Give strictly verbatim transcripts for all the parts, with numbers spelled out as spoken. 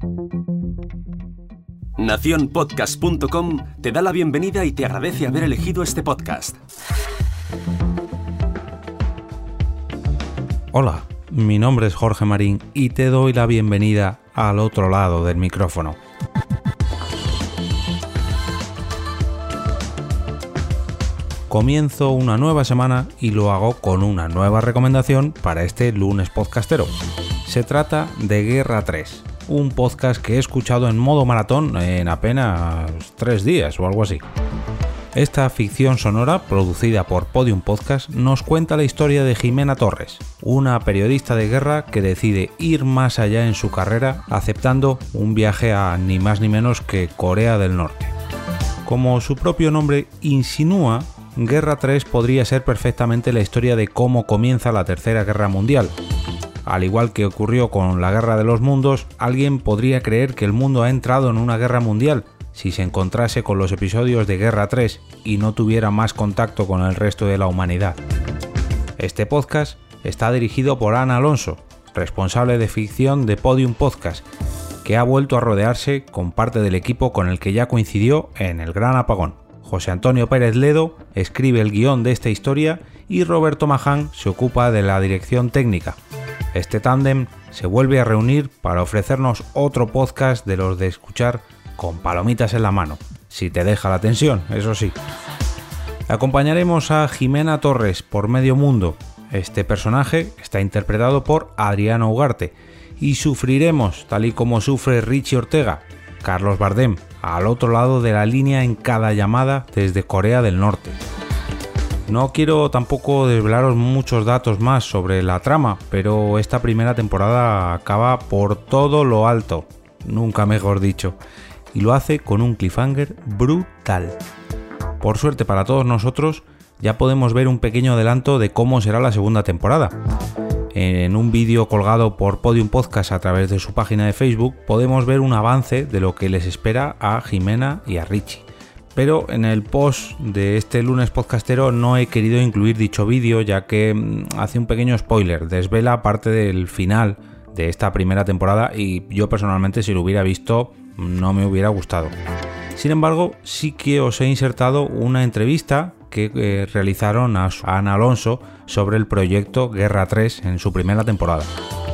Nación Podcast punto com te da la bienvenida y te agradece haber elegido este podcast. Hola, mi nombre es Jorge Marín y te doy la bienvenida al otro lado del micrófono. Comienzo una nueva semana y lo hago con una nueva recomendación para este lunes podcastero. Se trata de Guerra tres, un podcast que he escuchado en modo maratón en apenas tres días o algo así. Esta ficción sonora, producida por Podium Podcast, nos cuenta la historia de Ximena Torres, una periodista de guerra que decide ir más allá en su carrera, aceptando un viaje a ni más ni menos que Corea del Norte. Como su propio nombre insinúa, Guerra tres podría ser perfectamente la historia de cómo comienza la Tercera Guerra Mundial. Al igual que ocurrió con la Guerra de los Mundos, alguien podría creer que el mundo ha entrado en una guerra mundial si se encontrase con los episodios de Guerra tres y no tuviera más contacto con el resto de la humanidad. Este podcast está dirigido por Ana Alonso, responsable de ficción de Podium Podcast, que ha vuelto a rodearse con parte del equipo con el que ya coincidió en El Gran Apagón. José Antonio Pérez Ledo escribe el guión de esta historia y Roberto Maján se ocupa de la dirección técnica. Este tándem se vuelve a reunir para ofrecernos otro podcast de los de escuchar con palomitas en la mano, si te deja la tensión, eso sí. Acompañaremos a Ximena Torres por medio mundo. Este personaje está interpretado por Adriano Ugarte y sufriremos, tal y como sufre Richie Ortega, Carlos Bardem, al otro lado de la línea en cada llamada desde Corea del Norte. No quiero tampoco desvelaros muchos datos más sobre la trama, pero esta primera temporada acaba por todo lo alto, nunca mejor dicho, y lo hace con un cliffhanger brutal. Por suerte para todos nosotros, ya podemos ver un pequeño adelanto de cómo será la segunda temporada. En un vídeo colgado por Podium Podcast a través de su página de Facebook podemos ver un avance de lo que les espera a Ximena y a Richie. Pero en el post de este lunes podcastero no he querido incluir dicho vídeo, ya que hace un pequeño spoiler, desvela parte del final de esta primera temporada y yo personalmente, si lo hubiera visto, no me hubiera gustado. Sin embargo, sí que os he insertado una entrevista que eh, realizaron a Ana Alonso sobre el proyecto Guerra tres en su primera temporada.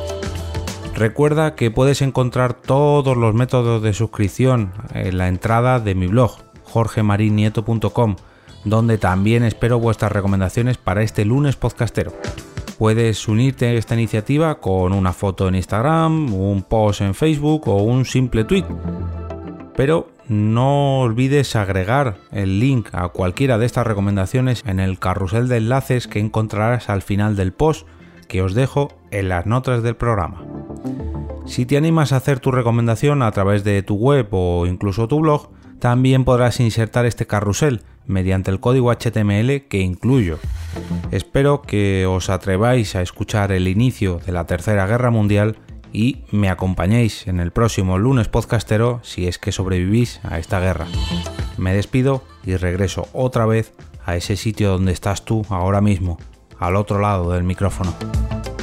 Recuerda que puedes encontrar todos los métodos de suscripción en la entrada de mi blog, jorge marin nieto punto com, donde también espero vuestras recomendaciones para este lunes podcastero. Puedes unirte a esta iniciativa con una foto en Instagram, un post en Facebook o un simple tweet. Pero no olvides agregar el link a cualquiera de estas recomendaciones en el carrusel de enlaces que encontrarás al final del post que os dejo en las notas del programa. Si te animas a hacer tu recomendación a través de tu web o incluso tu blog, también podrás insertar este carrusel mediante el código H T M L que incluyo. Espero que os atreváis a escuchar el inicio de la Tercera Guerra Mundial y me acompañéis en el próximo lunes podcastero si es que sobrevivís a esta guerra. Me despido y regreso otra vez a ese sitio donde estás tú ahora mismo, al otro lado del micrófono.